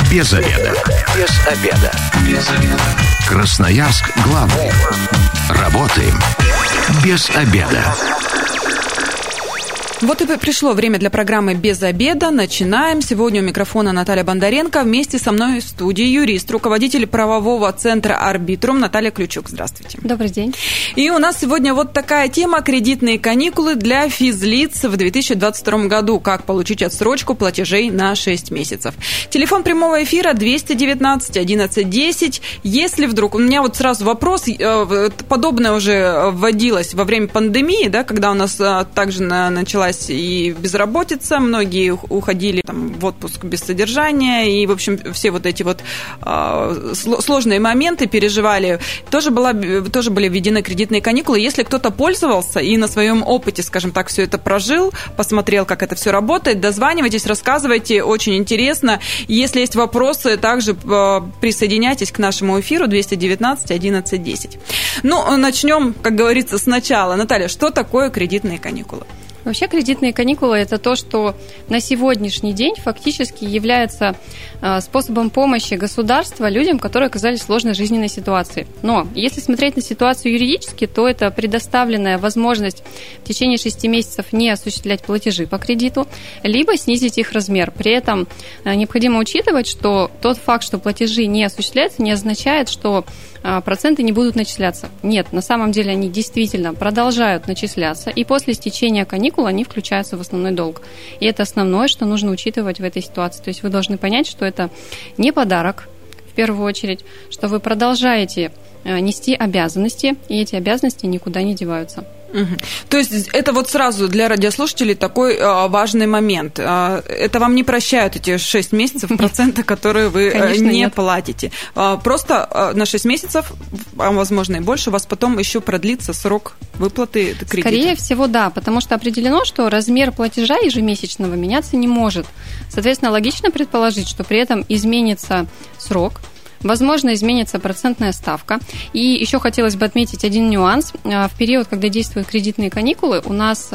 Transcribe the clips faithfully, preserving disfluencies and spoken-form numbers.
Без обеда. Без обеда. Без обеда. Красноярск главный. Работаем без обеда. Вот и пришло время для программы «Без обеда». Начинаем. Сегодня у микрофона Наталья Бондаренко. Вместе со мной в студии юрист, руководитель правового центра «Арбитрум» Наталья Ключук. Здравствуйте. Добрый день. И у нас сегодня вот такая тема: кредитные каникулы для физлиц в две тысячи двадцать втором году. Как получить отсрочку платежей на шесть месяцев. Телефон прямого эфира двести девятнадцать одиннадцать десять. Если вдруг... У меня вот сразу вопрос. Подобное уже вводилось во время пандемии, да, когда у нас также началась и безработица, многие уходили там в отпуск без содержания, и, в общем, все вот эти вот э, сложные моменты переживали. Тоже, была, тоже были введены кредитные каникулы. Если кто-то пользовался и на своем опыте, скажем так, все это прожил, посмотрел, как это все работает, дозванивайтесь, рассказывайте, очень интересно. Если есть вопросы, также э, присоединяйтесь к нашему эфиру двести девятнадцать одиннадцать десять. Ну, начнем, как говорится, сначала. Наталья, что такое кредитные каникулы? Вообще кредитные каникулы – это то, что на сегодняшний день фактически является способом помощи государства людям, которые оказались в сложной жизненной ситуации. Но если смотреть на ситуацию юридически, то это предоставленная возможность в течение шести месяцев не осуществлять платежи по кредиту, либо снизить их размер. При этом необходимо учитывать, что тот факт, что платежи не осуществляются, не означает, что проценты не будут начисляться. Нет, на самом деле они действительно продолжают начисляться, и после истечения каникул они включаются в основной долг. И это основное, что нужно учитывать в этой ситуации. То есть вы должны понять, что это не подарок, в первую очередь, что вы продолжаете нести обязанности, и эти обязанности никуда не деваются. Угу. То есть это вот сразу для радиослушателей такой а, важный момент. А, это вам не прощают эти шесть месяцев процента, которые вы Конечно, не нет. платите. А, просто а, на шесть месяцев, а возможно и больше, у вас потом еще продлится срок выплаты кредита. Скорее всего, да, потому что определено, что размер платежа ежемесячного меняться не может. Соответственно, логично предположить, что при этом изменится срок. Возможно, изменится процентная ставка. И еще хотелось бы отметить один нюанс. В период, когда действуют кредитные каникулы, у нас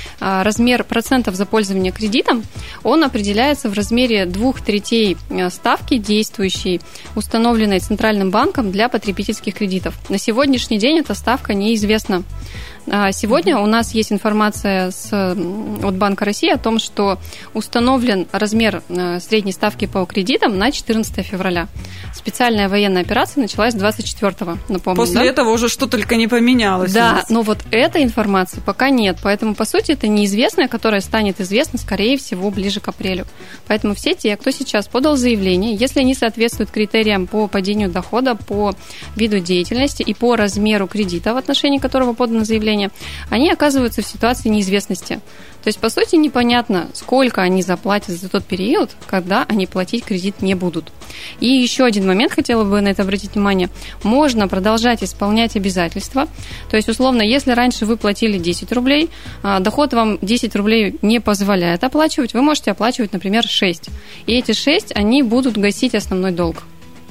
размер процентов за пользование кредитом, он определяется в размере двух третей ставки, действующей, установленной Центральным банком для потребительских кредитов. На сегодняшний день эта ставка неизвестна. Сегодня у нас есть информация с, от Банка России о том, что установлен размер средней ставки по кредитам на четырнадцатое февраля. Специальная военная операция началась двадцать четвёртого, напомню. После да? этого уже что только не поменялось. Да, но вот этой информации пока нет. Поэтому, по сути, это неизвестное, которое станет известно, скорее всего, ближе к апрелю. Поэтому все те, кто сейчас подал заявление, если они соответствуют критериям по падению дохода, по виду деятельности и по размеру кредита, в отношении которого подано заявление, они оказываются в ситуации неизвестности. То есть, по сути, непонятно, сколько они заплатят за тот период, когда они платить кредит не будут. И еще один момент, хотела бы на это обратить внимание. Можно продолжать исполнять обязательства. То есть, условно, если раньше вы платили десять рублей, доход вам десять рублей не позволяет оплачивать, вы можете оплачивать, например, шесть. И эти шесть, они будут гасить основной долг.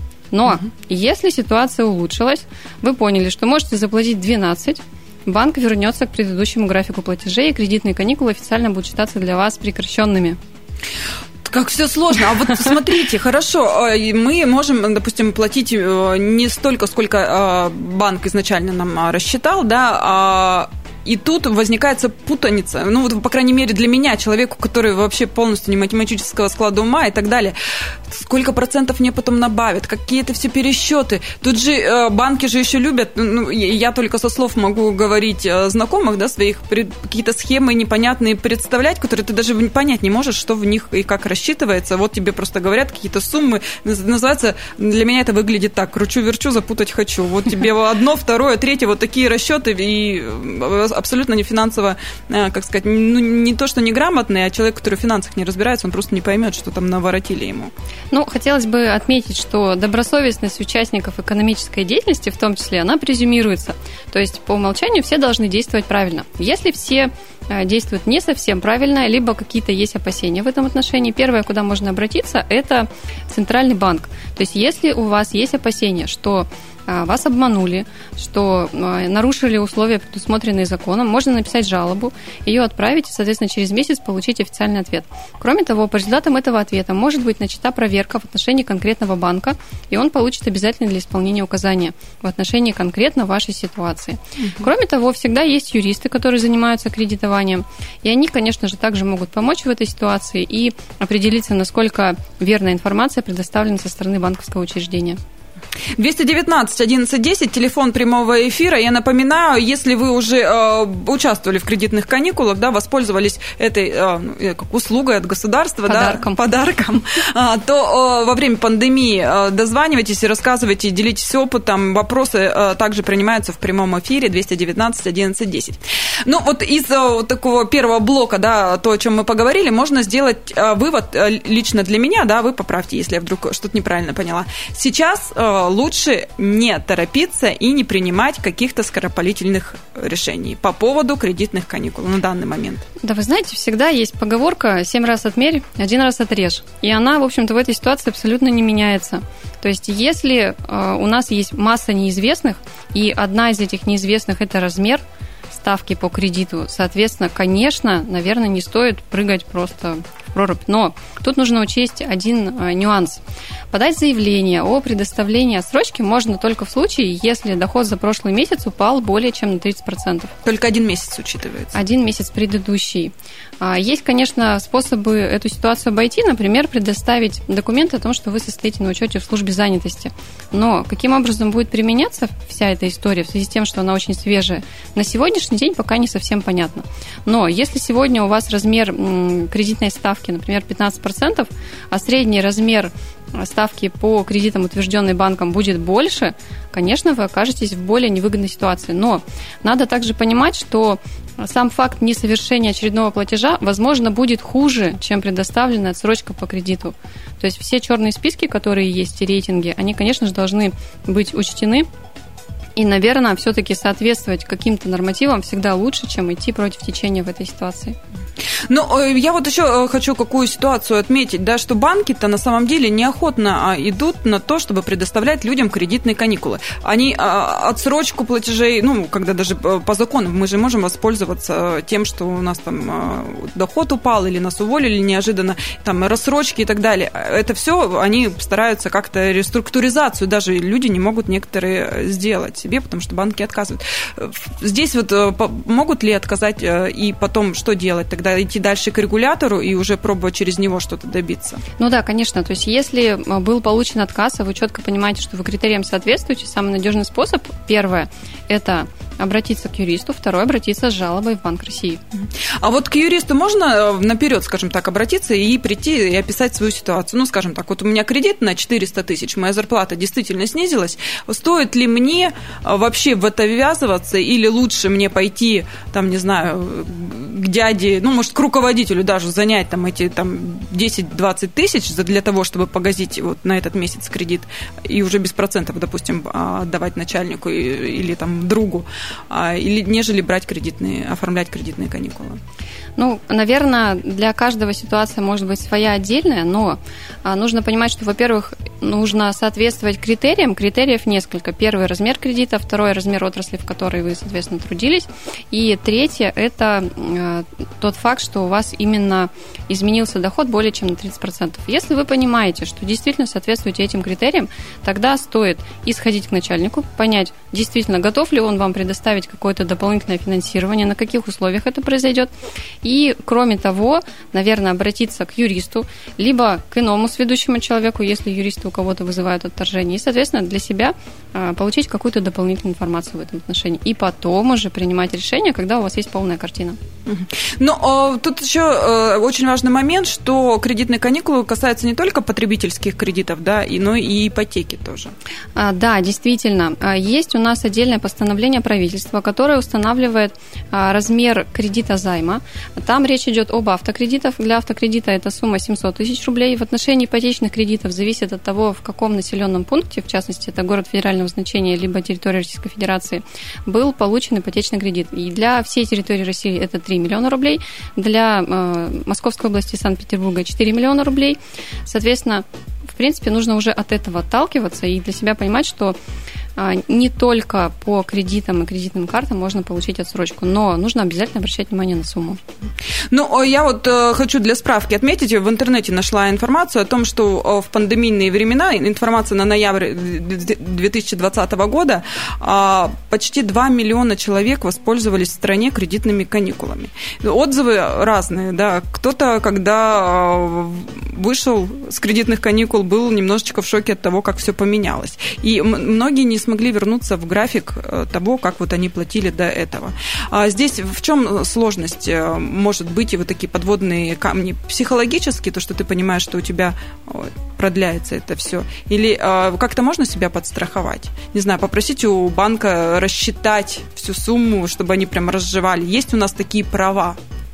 Но угу. если ситуация улучшилась, вы поняли, что можете заплатить двенадцать, банк вернется к предыдущему графику платежей, и кредитные каникулы официально будут считаться для вас прекращенными. Как все сложно. А вот смотрите, хорошо, мы можем, допустим, платить не столько, сколько банк изначально нам рассчитал, да, и тут возникает путаница. Ну, вот, по крайней мере, для меня, человеку, который вообще полностью не математического склада ума и так далее, сколько процентов мне потом набавят, какие-то все пересчеты. Тут же э, банки же еще любят, ну, я только со слов могу говорить э, знакомых, да, своих, пред, какие-то схемы непонятные представлять, которые ты даже понять не можешь, что в них и как рассчитывается. Вот тебе просто говорят какие-то суммы. Называется, для меня это выглядит так: кручу-верчу, запутать хочу. Вот тебе одно, второе, третье, вот такие расчеты, и абсолютно не финансово, как сказать, ну, не то, что неграмотный, а человек, который в финансах не разбирается, он просто не поймет, что там наворотили ему. Ну, хотелось бы отметить, что добросовестность участников экономической деятельности, в том числе, она презюмируется. То есть, по умолчанию все должны действовать правильно. Если все действуют не совсем правильно, либо какие-то есть опасения в этом отношении, первое, куда можно обратиться, это Центральный банк. То есть, если у вас есть опасения, что вас обманули, что нарушили условия, предусмотренные законом, можно написать жалобу, ее отправить и, соответственно, через месяц получить официальный ответ. Кроме того, по результатам этого ответа может быть начата проверка в отношении конкретного банка, и он получит обязательно для исполнения указания в отношении конкретно вашей ситуации. Угу. Кроме того, всегда есть юристы, которые занимаются кредитованием, и они, конечно же, также могут помочь в этой ситуации и определиться, насколько верная информация предоставлена со стороны банковского учреждения. двести девятнадцать одиннадцать десять, телефон прямого эфира. Я напоминаю, если вы уже э, участвовали в кредитных каникулах, да, воспользовались этой э, как услугой от государства, подарком, да, подарком э, то э, во время пандемии э, дозванивайтесь и рассказывайте, делитесь опытом. Вопросы э, также принимаются в прямом эфире двести девятнадцать одиннадцать десять. Ну, вот из э, вот такого первого блока, да, то, о чем мы поговорили, можно сделать э, вывод э, лично для меня, да, вы поправьте, если я вдруг что-то неправильно поняла. Сейчас э, лучше не торопиться и не принимать каких-то скоропалительных решений по поводу кредитных каникул на данный момент. Да, вы знаете, всегда есть поговорка «семь раз отмерь, один раз отрежь». И она, в общем-то, в этой ситуации абсолютно не меняется. То есть если э, у нас есть масса неизвестных, и одна из этих неизвестных – это размер ставки по кредиту, соответственно, конечно, наверное, не стоит прыгать просто в прорубь. Но тут нужно учесть один э, нюанс. Подать заявление о предоставлении отсрочки можно только в случае, если доход за прошлый месяц упал более чем на тридцать процентов. Только один месяц учитывается? Один месяц предыдущий. Есть, конечно, способы эту ситуацию обойти, например, предоставить документы о том, что вы состоите на учете в службе занятости. Но каким образом будет применяться вся эта история в связи с тем, что она очень свежая, на сегодняшний день пока не совсем понятно. Но если сегодня у вас размер кредитной ставки, например, пятнадцать процентов, а средний размер ставки по кредитам, утвержденной банком, будет больше, конечно, вы окажетесь в более невыгодной ситуации. Но надо также понимать, что сам факт несовершения очередного платежа, возможно, будет хуже, чем предоставленная отсрочка по кредиту. То есть все черные списки, которые есть, и рейтинги, они, конечно же, должны быть учтены. И, наверное, все-таки соответствовать каким-то нормативам всегда лучше, чем идти против течения в этой ситуации. Ну, я вот еще хочу какую ситуацию отметить, да, что банки-то на самом деле неохотно идут на то, чтобы предоставлять людям кредитные каникулы. Они отсрочку платежей, ну, когда даже по закону мы же можем воспользоваться тем, что у нас там доход упал или нас уволили неожиданно, там рассрочки и так далее. Это все они стараются как-то реструктуризацию, даже люди не могут некоторые сделать себе, потому что банки отказывают. Здесь вот могут ли отказать и потом что делать тогда? Идти дальше к регулятору и уже пробовать через него что-то добиться? Ну да, конечно. То есть если был получен отказ, а вы четко понимаете, что вы критериям соответствуете, самый надежный способ, первое, это обратиться к юристу, второе, обратиться с жалобой в Банк России. А вот к юристу можно наперед, скажем так, обратиться и прийти и описать свою ситуацию? Ну, скажем так, вот у меня кредит на четыреста тысяч, моя зарплата действительно снизилась. Стоит ли мне вообще в это ввязываться или лучше мне пойти, там, не знаю, к дяде, ну, может, к руководителю даже занять там эти там десять-двадцать тысяч для того, чтобы погасить вот на этот месяц кредит и уже без процентов, допустим, отдавать начальнику или там другу, или нежели брать кредитные, оформлять кредитные каникулы? Ну, наверное, для каждого ситуация может быть своя отдельная, но нужно понимать, что, во-первых, нужно соответствовать критериям. Критериев несколько. Первый – размер кредита, второй – размер отрасли, в которой вы, соответственно, трудились. И третье – это тот факт, что у вас именно изменился доход более чем на тридцать процентов. Если вы понимаете, что действительно соответствуете этим критериям, тогда стоит исходить к начальнику, понять, действительно, готов ли он вам предоставить какое-то дополнительное финансирование, на каких условиях это произойдет. И, кроме того, наверное, обратиться к юристу, либо к иному сведущему человеку, если юристы у кого-то вызывают отторжение, и, соответственно, для себя получить какую-то дополнительную информацию в этом отношении. И потом уже принимать решение, когда у вас есть полная картина. Но тут еще очень важный момент, что кредитные каникулы касаются не только потребительских кредитов, да, но и ипотеки тоже. Да, действительно. Есть у нас отдельное постановление правительства, которое устанавливает размер кредита займа. Там речь идет об автокредитах. Для автокредита это сумма семьсот тысяч рублей. В отношении ипотечных кредитов зависит от того, в каком населенном пункте, в частности, это город федерального значения, либо территория Российской Федерации, был получен ипотечный кредит. И для всей территории России это три миллиона рублей, для э, Московской области и Санкт-Петербурга четыре миллиона рублей. Соответственно, в принципе, нужно уже от этого отталкиваться и для себя понимать, что не только по кредитам и кредитным картам можно получить отсрочку, но нужно обязательно обращать внимание на сумму. Ну, я вот хочу для справки отметить, в интернете нашла информацию о том, что в пандемийные времена, информация на ноябрь две тысячи двадцатого года, почти два миллиона человек воспользовались в стране кредитными каникулами. Отзывы разные, да. Кто-то, когда вышел с кредитных каникул, был немножечко в шоке от того, как все поменялось. И многие не смогли вернуться в график того, как вот они платили до этого. А здесь в чем сложность может быть, и вот такие подводные камни? Психологически, то, что ты понимаешь, что у тебя продляется это все? Или как-то можно себя подстраховать? Не знаю, попросить у банка рассчитать всю сумму, чтобы они прям разжевали. Есть у нас такие права?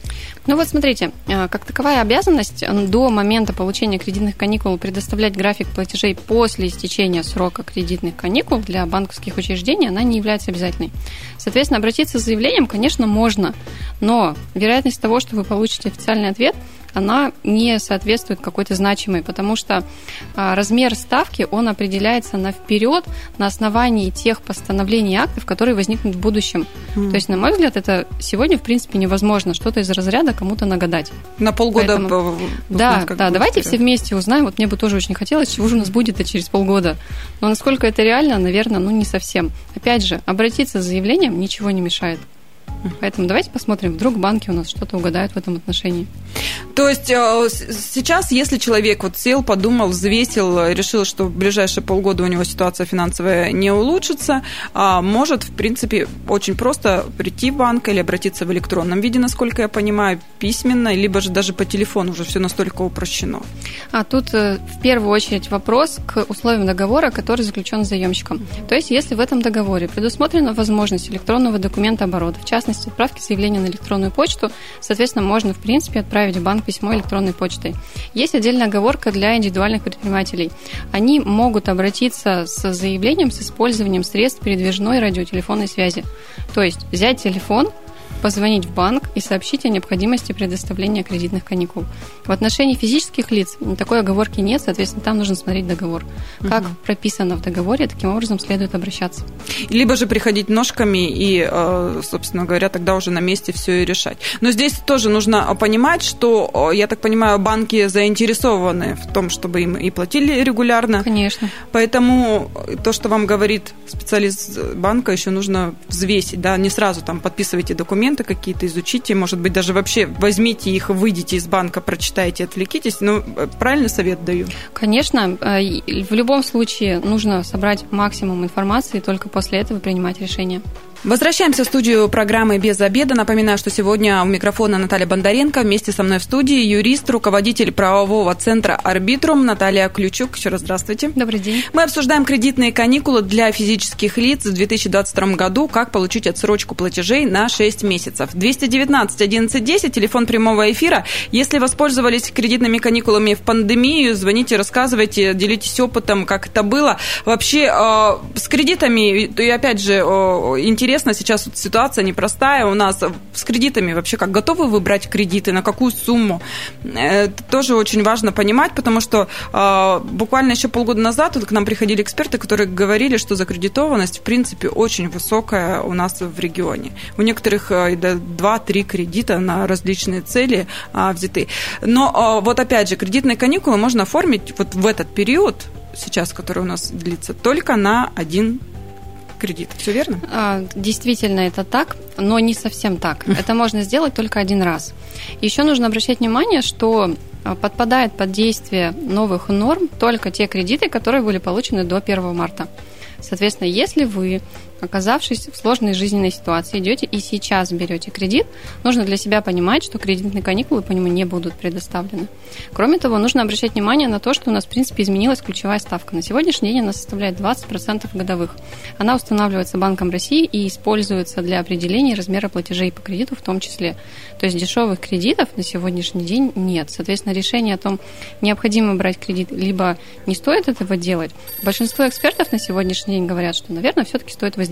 Ну вот смотрите, как таковая обязанность до момента получения кредитных каникул предоставлять график платежей после истечения срока кредитных каникул для банковских учреждений, она не является обязательной. Соответственно, обратиться с заявлением, конечно, можно, но вероятность того, что вы получите официальный ответ, она не соответствует какой-то значимой, потому что размер ставки, он определяется на вперед, на основании тех постановлений и актов, которые возникнут в будущем. Mm. То есть, на мой взгляд, это сегодня, в принципе, невозможно что-то из разряда кому-то нагадать. На полгода? Поэтому, да, да, давайте вперед. Все вместе узнаем. Вот мне бы тоже очень хотелось, чего же у нас будет -то через полгода. Но насколько это реально, наверное, ну не совсем. Опять же, обратиться с заявлением ничего не мешает. Поэтому давайте посмотрим, вдруг банки у нас что-то угадают в этом отношении. То есть сейчас, если человек вот сел, подумал, взвесил, решил, что в ближайшие полгода у него ситуация финансовая не улучшится, может, в принципе, очень просто прийти в банк или обратиться в электронном виде, насколько я понимаю, письменно, либо же даже по телефону уже все настолько упрощено. А тут в первую очередь вопрос к условиям договора, который заключен с заемщиком. То есть, если в этом договоре предусмотрена возможность электронного документа оборота, в частности, отправки заявления на электронную почту, соответственно, можно, в принципе, отправить в банк письмо электронной почтой. Есть отдельная оговорка для индивидуальных предпринимателей. Они могут обратиться с заявлением с использованием средств передвижной радиотелефонной связи. То есть взять телефон, позвонить в банк и сообщить о необходимости предоставления кредитных каникул. В отношении физических лиц такой оговорки нет, соответственно, там нужно смотреть договор. Как угу. прописано в договоре, таким образом следует обращаться. Либо же приходить ножками и, собственно говоря, тогда уже на месте все и решать. Но здесь тоже нужно понимать, что, я так понимаю, банки заинтересованы в том, чтобы им и платили регулярно. Конечно. Поэтому то, что вам говорит специалист банка, еще нужно взвесить, да, не сразу там подписывайте документы какие-то, изучите, может быть, даже вообще возьмите их, выйдите из банка, прочитайте, отвлекитесь. Ну, правильный совет даю? Конечно. В любом случае нужно собрать максимум информации и только после этого принимать решение. Возвращаемся в студию программы «Без обеда». Напоминаю, что сегодня у микрофона Наталья Бондаренко. Вместе со мной в студии юрист, руководитель правового центра «Арбитрум» Наталья Ключук. Еще раз здравствуйте. Добрый день. Мы обсуждаем кредитные каникулы для физических лиц в две тысячи двадцать втором году. Как получить отсрочку платежей на шесть месяцев. двести девятнадцать одиннадцать десять, телефон прямого эфира. Если воспользовались кредитными каникулами в пандемию, звоните, рассказывайте, делитесь опытом, как это было. Вообще, э, с кредитами, и опять же, э, интересно, сейчас вот ситуация непростая у нас с кредитами. Вообще, как готовы вы брать кредиты, на какую сумму? Это тоже очень важно понимать, потому что э, буквально еще полгода назад вот к нам приходили эксперты, которые говорили, что закредитованность, в принципе, очень высокая у нас в регионе. У некоторых э, два-три кредита на различные цели э, взяты. Но э, вот опять же, кредитные каникулы можно оформить вот в этот период, сейчас, который у нас длится, только на один кредит. Все верно? Действительно, это так, но не совсем так. Это можно сделать только один раз. Еще нужно обращать внимание, что подпадает под действие новых норм только те кредиты, которые были получены до первого марта. Соответственно, если вы, оказавшись в сложной жизненной ситуации, идете и сейчас берете кредит, нужно для себя понимать, что кредитные каникулы по нему не будут предоставлены. Кроме того, нужно обращать внимание на то, что у нас, в принципе, изменилась ключевая ставка. На сегодняшний день она составляет двадцать процентов годовых. Она устанавливается Банком России и используется для определения размера платежей по кредиту в том числе. То есть дешевых кредитов на сегодняшний день нет. Соответственно, решение о том, необходимо брать кредит, либо не стоит этого делать, большинство экспертов на сегодняшний день говорят, что, наверное, все-таки стоит воздержаться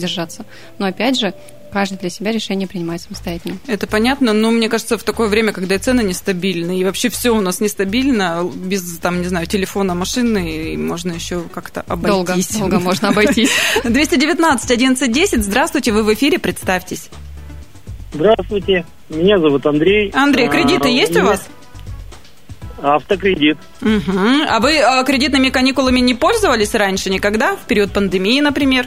воздержаться. Но опять же, каждый для себя решение принимает самостоятельно. Это понятно, но мне кажется, в такое время, когда и цены нестабильны, и вообще все у нас нестабильно, без, там, не знаю, телефона, машины, можно еще как-то обойтись. Долго, долго можно обойтись. двести девятнадцать одиннадцать десять, здравствуйте, вы в эфире, представьтесь. Здравствуйте, меня зовут Андрей. Андрей, кредиты а, есть у вас? Автокредит. Угу. А вы а, кредитными каникулами не пользовались раньше никогда, в период пандемии, например?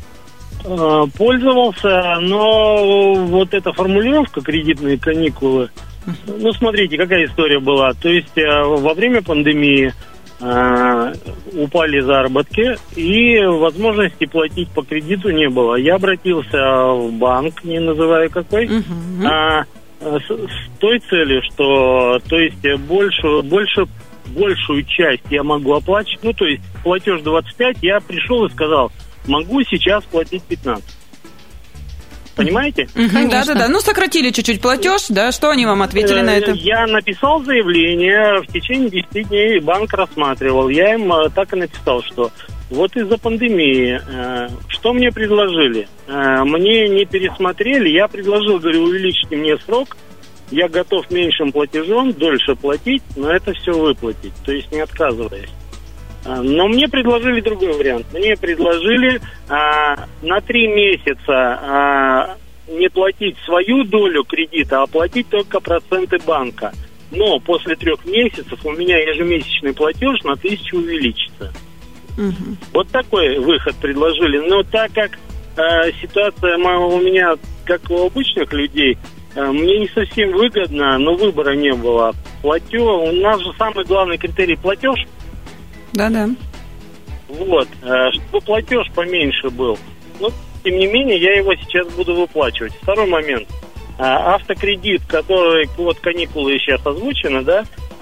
Пользовался, но вот эта формулировка «кредитные каникулы», ну, смотрите, какая история была. То есть во время пандемии э, упали заработки, и возможности платить по кредиту не было. Я обратился в банк, не называя какой, uh-huh. а, с, с той целью, что, то есть, больше, больше, большую часть я могу оплачивать, ну, то есть, платеж двадцать пять, я пришел и сказал, могу сейчас платить пятнадцать. Понимаете? Да-да-да. Ну, сократили чуть-чуть платеж, да? Что они вам ответили на это? Я написал заявление, в течение десяти дней банк рассматривал. Я им так и написал, что вот из-за пандемии, что мне предложили? Мне не пересмотрели, я предложил, говорю, увеличьте мне срок, я готов меньшим платежом, дольше платить, но это все выплатить, то есть не отказываясь. Но мне предложили другой вариант. Мне предложили а, на три месяца а, не платить свою долю кредита, а платить только проценты банка. Но после трех месяцев у меня ежемесячный платеж на тысячу увеличится. Угу. Вот такой выход предложили. Но так как а, ситуация у меня, как у обычных людей, а, мне не совсем выгодно, но выбора не было. Платеж, у нас же самый главный критерий платеж. Да-да. Вот, чтобы платеж поменьше был. Но, тем не менее, я его сейчас буду выплачивать. Второй момент. Автокредит, который, вот каникулы сейчас озвучены, да,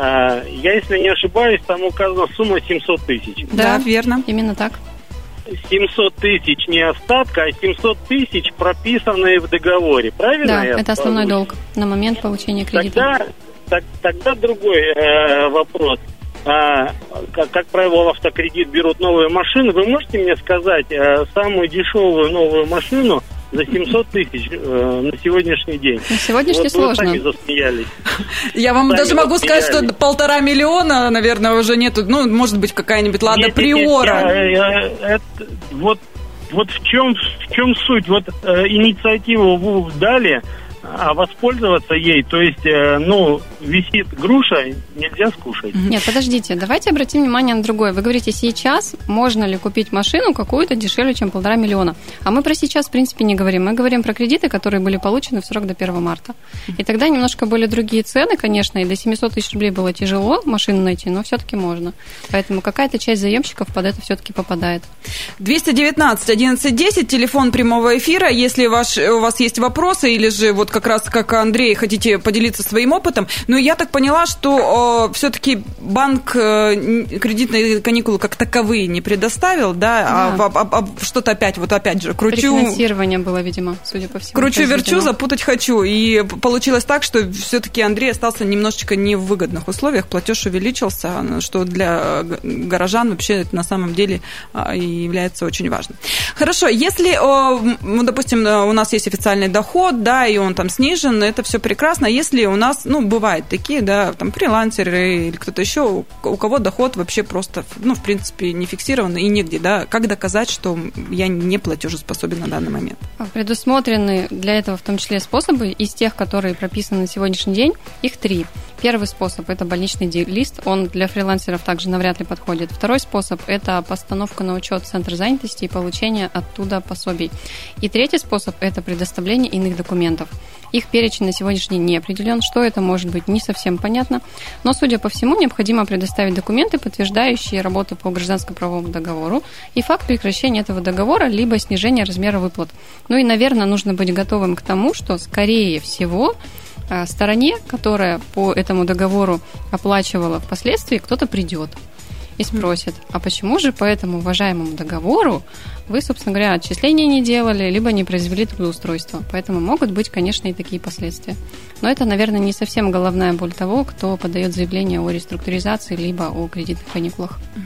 я, если не ошибаюсь, там указана сумма семьсот тысяч. Да, верно. Именно так. семьсот тысяч не остатка, а семьсот тысяч прописанные в договоре. Правильно? Да, это основной долг на момент получения кредита. Тогда, так, тогда другой э, вопрос. А, как, как правило, в автокредит берут новые машины. Вы можете мне сказать а, самую дешевую новую машину за семьсот тысяч а, на сегодняшний день? На сегодняшний вот сложно. Вы сами засмеялись. Я вам сами даже могу засмеялись. сказать, что полтора миллиона, наверное, уже нету. Ну, может быть, какая-нибудь Лада Приора. Нет, я, я, это, вот, вот в чем, в чем суть? Вот э, инициативу вы дали, а воспользоваться ей, то есть, э, ну, висит груша, нельзя скушать. Нет, подождите, давайте обратим внимание на другое. Вы говорите, сейчас можно ли купить машину какую-то дешевле, чем полтора миллиона? А мы про сейчас, в принципе, не говорим. Мы говорим про кредиты, которые были получены в срок до первого марта. И тогда немножко были другие цены, конечно, и до семьсот тысяч рублей было тяжело машину найти, но все-таки можно. Поэтому какая-то часть заемщиков под это все-таки попадает. двести девятнадцать одиннадцать десять, телефон прямого эфира. Если ваш, у вас есть вопросы или же вот как раз как Андрей хотите поделиться своим опытом, но я так поняла, что э, все-таки банк э, кредитные каникулы как таковые не предоставил, да, да. А, а, а что-то опять, вот опять же, кручу... Рефинансирование было, видимо, судя по всему. Кручу-верчу, запутать хочу. И получилось так, что все-таки Андрей остался немножечко не в выгодных условиях, платеж увеличился, что для горожан вообще это на самом деле является очень важным. Хорошо, если, ну, допустим, у нас есть официальный доход, да, и он там снижен, это все прекрасно. Если у нас, ну, бывают такие, да, там фрилансеры или кто-то еще, у кого доход вообще просто, ну, в принципе, не фиксирован и нигде, да, как доказать, что я не платежеспособен на данный момент? Предусмотрены для этого в том числе способы из тех, которые прописаны на сегодняшний день, их три. Первый способ – это больничный лист, он для фрилансеров также навряд ли подходит. Второй способ – это постановка на учет в Центр занятости и получение оттуда пособий. И третий способ – это предоставление иных документов. Их перечень на сегодняшний день не определен, что это может быть, не совсем понятно, но, судя по всему, необходимо предоставить документы, подтверждающие работу по гражданско-правовому договору и факт прекращения этого договора, либо снижение размера выплат. Ну и, наверное, нужно быть готовым к тому, что, скорее всего, стороне, которая по этому договору оплачивала впоследствии, кто-то придет и спросит, а почему же по этому уважаемому договору вы, собственно говоря, отчисления не делали, либо не произвели трудоустройство. Поэтому могут быть, конечно, и такие последствия. Но это, наверное, не совсем головная боль того, кто подает заявление о реструктуризации, либо о кредитных каникулах.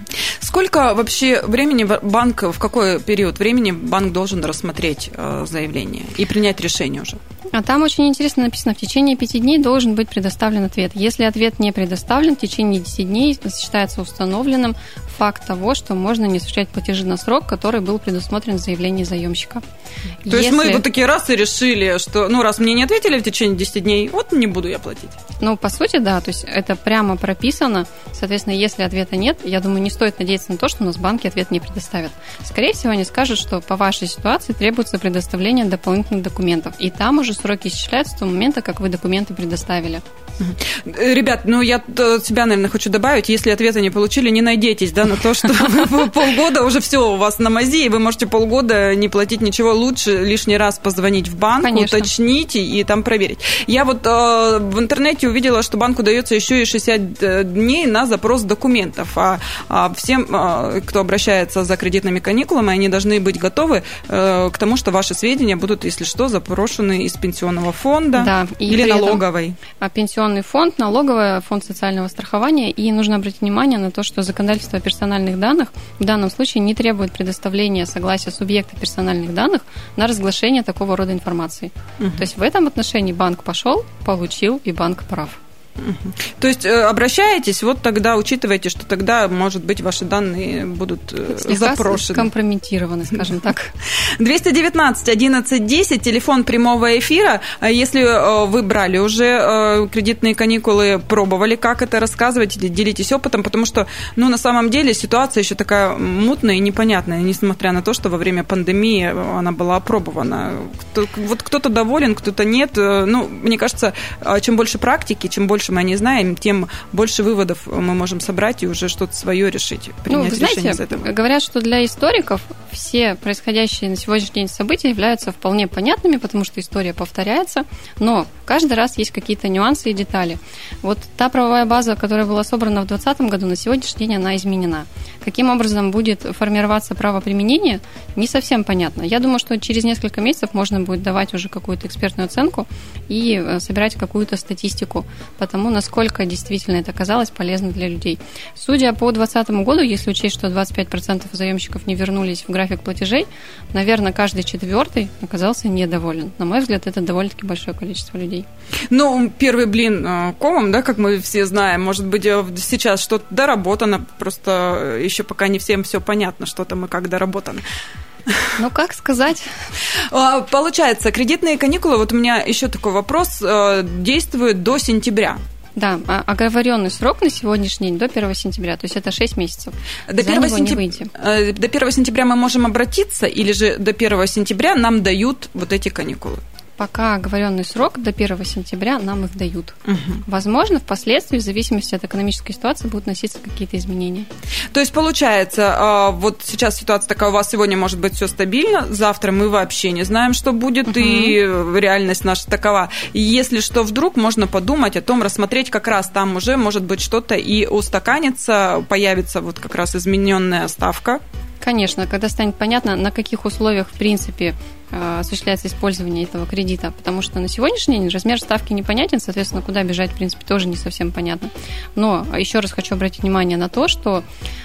Сколько вообще времени банк, в какой период времени банк должен рассмотреть заявление и принять решение уже? А там очень интересно написано, в течение пяти дней должен быть предоставлен ответ. Если ответ не предоставлен, в течение десяти дней считается установленным факт того, что можно не осуществлять платежи на срок, который был предусмотрен в заявлении заемщика. То Если... есть мы вот такие раз и решили, что, ну, раз мне не ответили в течение десяти дней, вот не буду я платить. Ну, по сути, да, то есть это прямо прописано. Соответственно, если ответа нет, я думаю, не стоит надеяться на то, что у нас банки ответ не предоставят. Скорее всего, они скажут, что по вашей ситуации требуется предоставление дополнительных документов. И там уже сроки исчисляются с того момента, как вы документы предоставили. Ребят, ну я себя, наверное, хочу добавить, если ответа не получили, не надейтесь, да, на то, что полгода уже все у вас на мази, и вы можете полгода не платить ничего. Лучше лишний раз позвонить в банк, Конечно. уточнить и там проверить. Я вот э, в интернете увидела, что банку дается еще и шестьдесят дней на запрос документов, а, а всем, э, кто обращается за кредитными каникулами, они должны быть готовы э, к тому, что ваши сведения будут, если что, запрошены из пенсионного фонда, да, или налоговой. Пенсионный фонд, налоговый фонд социального страхования, и нужно обратить внимание на то, что законодательство о персональных данных в данном случае не требует предоставления согласия субъекта персональных данных на разглашение такого рода информации. Угу. То есть в этом отношении банк пошел, получил, и банк прав. То есть обращаетесь, вот тогда учитывайте, что тогда, может быть, ваши данные будут слегка запрошены. Скомпрометированы, скажем так. двести девятнадцать одиннадцать десять, телефон прямого эфира. Если вы брали уже кредитные каникулы, пробовали, как это, рассказывайте, делитесь опытом, потому что, ну, на самом деле ситуация еще такая мутная и непонятная, несмотря на то, что во время пандемии она была опробована. Вот кто-то доволен, кто-то нет. Ну, мне кажется, чем больше практики, чем больше мы не знаем, тем больше выводов мы можем собрать и уже что-то свое решить, принять ну, вы знаете, решение из этого. Говорят, что для историков все происходящие на сегодняшний день события являются вполне понятными, потому что история повторяется, но каждый раз есть какие-то нюансы и детали. Вот та правовая база, которая была собрана в двадцать двадцатом году, на сегодняшний день она изменена. Каким образом будет формироваться правоприменение, не совсем понятно. Я думаю, что через несколько месяцев можно будет давать уже какую-то экспертную оценку и собирать какую-то статистику по тому, насколько действительно это оказалось полезно для людей. Судя по двадцатому году, если учесть, что двадцать пять процентов заемщиков не вернулись в график платежей, наверное, каждый четвертый оказался недоволен. На мой взгляд, это довольно-таки большое количество людей. Ну, первый блин комом, да, как мы все знаем, может быть, сейчас что-то доработано, просто еще пока не всем все понятно, что там и как доработано. Ну, как сказать? Получается, кредитные каникулы, вот у меня еще такой вопрос, действуют до сентября. Да, оговоренный срок на сегодняшний день до первого сентября, то есть это шесть месяцев. До первого, сентяб... до первого сентября мы можем обратиться, или же до первого сентября нам дают вот эти каникулы? Пока оговоренный срок до первого сентября нам их дают. Угу. Возможно, впоследствии, в зависимости от экономической ситуации, будут носиться какие-то изменения. То есть, получается, вот сейчас ситуация такая, у вас сегодня может быть все стабильно, завтра мы вообще не знаем, что будет, угу. и реальность наша такова. И если что, вдруг можно подумать о том, рассмотреть как раз там уже, может быть, что-то и устаканится, появится вот как раз измененная ставка. Конечно, когда станет понятно, на каких условиях, в принципе, осуществляется использование этого кредита, потому что на сегодняшний день размер ставки непонятен, соответственно, куда бежать, в принципе, тоже не совсем понятно. Но еще раз хочу обратить внимание на то, что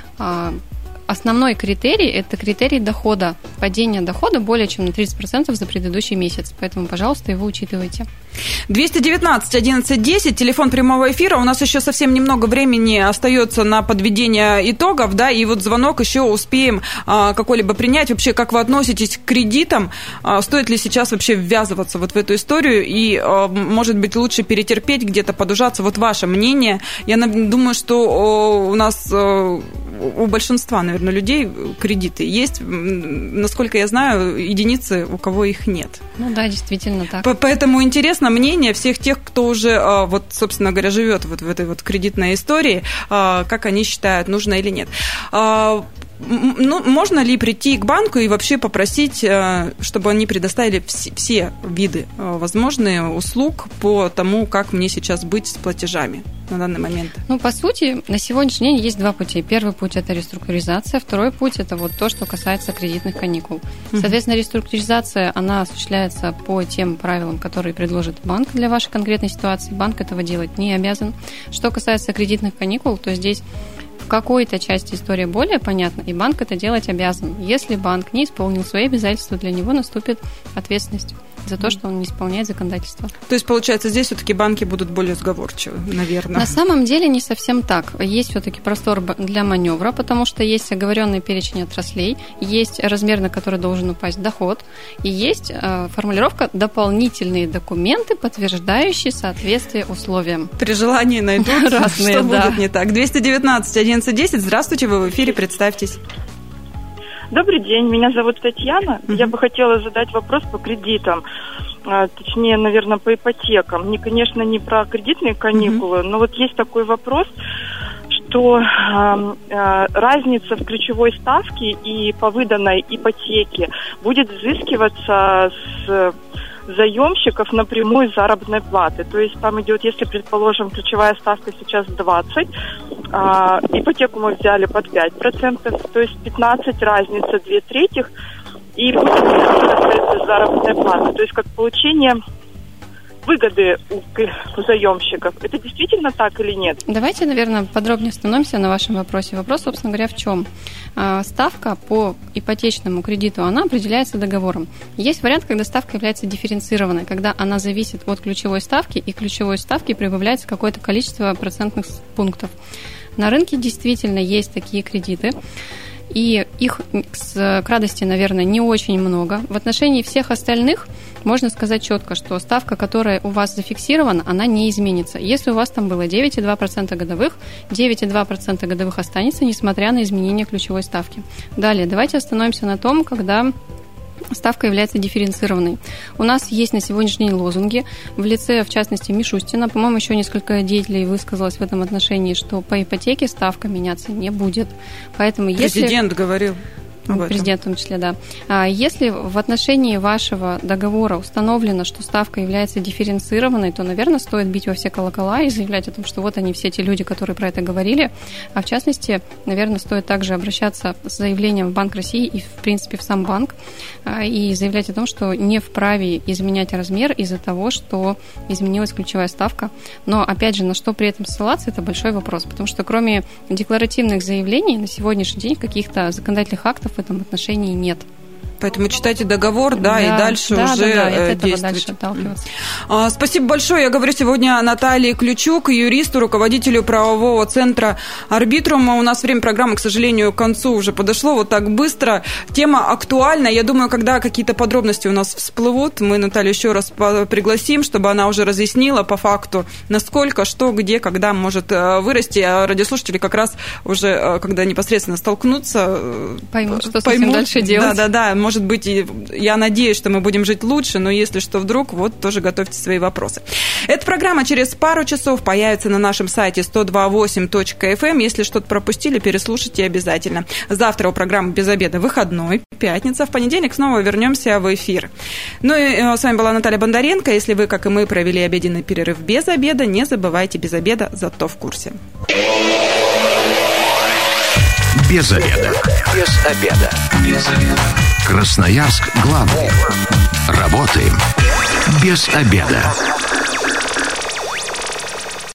основной критерий – это критерий дохода, падение дохода более чем на тридцать процентов за предыдущий месяц, поэтому, пожалуйста, его учитывайте. двести девятнадцать одиннадцать десять, телефон прямого эфира. У нас еще совсем немного времени остается на подведение итогов, да, и вот звонок еще успеем а, какой-либо принять. Вообще, как вы относитесь к кредитам? А, стоит ли сейчас вообще ввязываться вот в эту историю? И, а, может быть, лучше перетерпеть, где-то подужаться? Вот ваше мнение. Я думаю, что о, у нас о, у большинства, наверное, людей кредиты есть. Насколько я знаю, единицы, у кого их нет. Ну да, действительно так. Поэтому интересно мнение всех тех, кто уже, вот, собственно говоря, живет вот в этой вот кредитной истории, как они считают, нужно или нет. Ну, можно ли прийти к банку и вообще попросить, чтобы они предоставили все, все виды возможные услуг по тому, как мне сейчас быть с платежами на данный момент? Ну, по сути, на сегодняшний день есть два пути. Первый путь – это реструктуризация, второй путь – это вот то, что касается кредитных каникул. Соответственно, реструктуризация, она осуществляется по тем правилам, которые предложит банк для вашей конкретной ситуации. Банк этого делать не обязан. Что касается кредитных каникул, то здесь В какой-то части история более понятна, и банк это делать обязан. Если банк не исполнил свои обязательства, для него наступит ответственность за то, что он не исполняет законодательство. То есть, получается, здесь все-таки банки будут более сговорчивы, наверное. На самом деле не совсем так. Есть все-таки простор для маневра, потому что есть оговоренный перечень отраслей, есть размер, на который должен упасть доход, и есть э, формулировка «дополнительные документы, подтверждающие соответствие условиям». При желании найдут, разные, что да. будет не так. двести девятнадцать одиннадцать десять. Здравствуйте, вы в эфире, представьтесь. Добрый день, меня зовут Татьяна. Mm-hmm. Я бы хотела задать вопрос по кредитам, а, точнее, наверное, по ипотекам. Не, конечно, не про кредитные каникулы, mm-hmm. но вот есть такой вопрос, что а, а, разница в ключевой ставке и по выданной ипотеке будет взыскиваться с заемщиков напрямую с заработной платы. То есть там идет, если, предположим, ключевая ставка сейчас двадцать, а, ипотеку мы взяли под пять процентов, то есть пятнадцать, разница две трети, и будет остается заработная плата. То есть как получение выгоды у, у заемщиков. Это действительно так или нет? Давайте, наверное, подробнее остановимся на вашем вопросе. Вопрос, собственно говоря, в чем? Ставка по ипотечному кредиту, она определяется договором. Есть вариант, когда ставка является дифференцированной, когда она зависит от ключевой ставки, и к ключевой ставке прибавляется какое-то количество процентных пунктов. На рынке действительно есть такие кредиты, и их к радости, наверное, не очень много. В отношении всех остальных можно сказать четко, что ставка, которая у вас зафиксирована, она не изменится. Если у вас там было девять целых две десятых процента годовых, девять целых две десятых процента годовых останется, несмотря на изменение ключевой ставки. Далее, давайте остановимся на том, когда ставка является дифференцированной. У нас есть на сегодняшний день лозунги в лице, в частности, Мишустина. По-моему, еще несколько деятелей высказалось в этом отношении, что по ипотеке ставка меняться не будет. Поэтому если... Президент говорил. Президент в том числе, да. Если в отношении вашего договора установлено, что ставка является дифференцированной, то, наверное, стоит бить во все колокола и заявлять о том, что вот они, все те люди, которые про это говорили. А в частности, наверное, стоит также обращаться с заявлением в Банк России и, в принципе, в сам банк и заявлять о том, что не вправе изменять размер из-за того, что изменилась ключевая ставка. Но, опять же, на что при этом ссылаться, это большой вопрос, потому что кроме декларативных заявлений на сегодняшний день каких-то законодательных актов в этом отношении нет. Поэтому читайте договор, да, да и дальше да, уже да, да, действовать. Дальше отталкиваться. А, спасибо большое. Я говорю сегодня Наталье Ключук, юристу, руководителю правового центра «Арбитрум». У нас время программы, к сожалению, к концу уже подошло. Вот так быстро. Тема актуальна. Я думаю, когда какие-то подробности у нас всплывут, мы Наталью еще раз пригласим, чтобы она уже разъяснила по факту, насколько, что, где, когда может вырасти. А радиослушатели как раз уже, когда непосредственно столкнутся, поймут, что поймут, с этим дальше делать. Да, да, да. Может быть, я надеюсь, что мы будем жить лучше, но если что вдруг, вот тоже готовьте свои вопросы. Эта программа через пару часов появится на нашем сайте сто два восемь точка эф эм. Если что-то пропустили, переслушайте обязательно. Завтра у программы «Без обеда» выходной, пятница. В понедельник снова вернемся в эфир. Ну и с вами была Наталья Бондаренко. Если вы, как и мы, провели обеденный перерыв без обеда, не забывайте без обеда, зато в курсе. Без обеда. Без обеда. Без обеда. Красноярск главный. Работаем без обеда.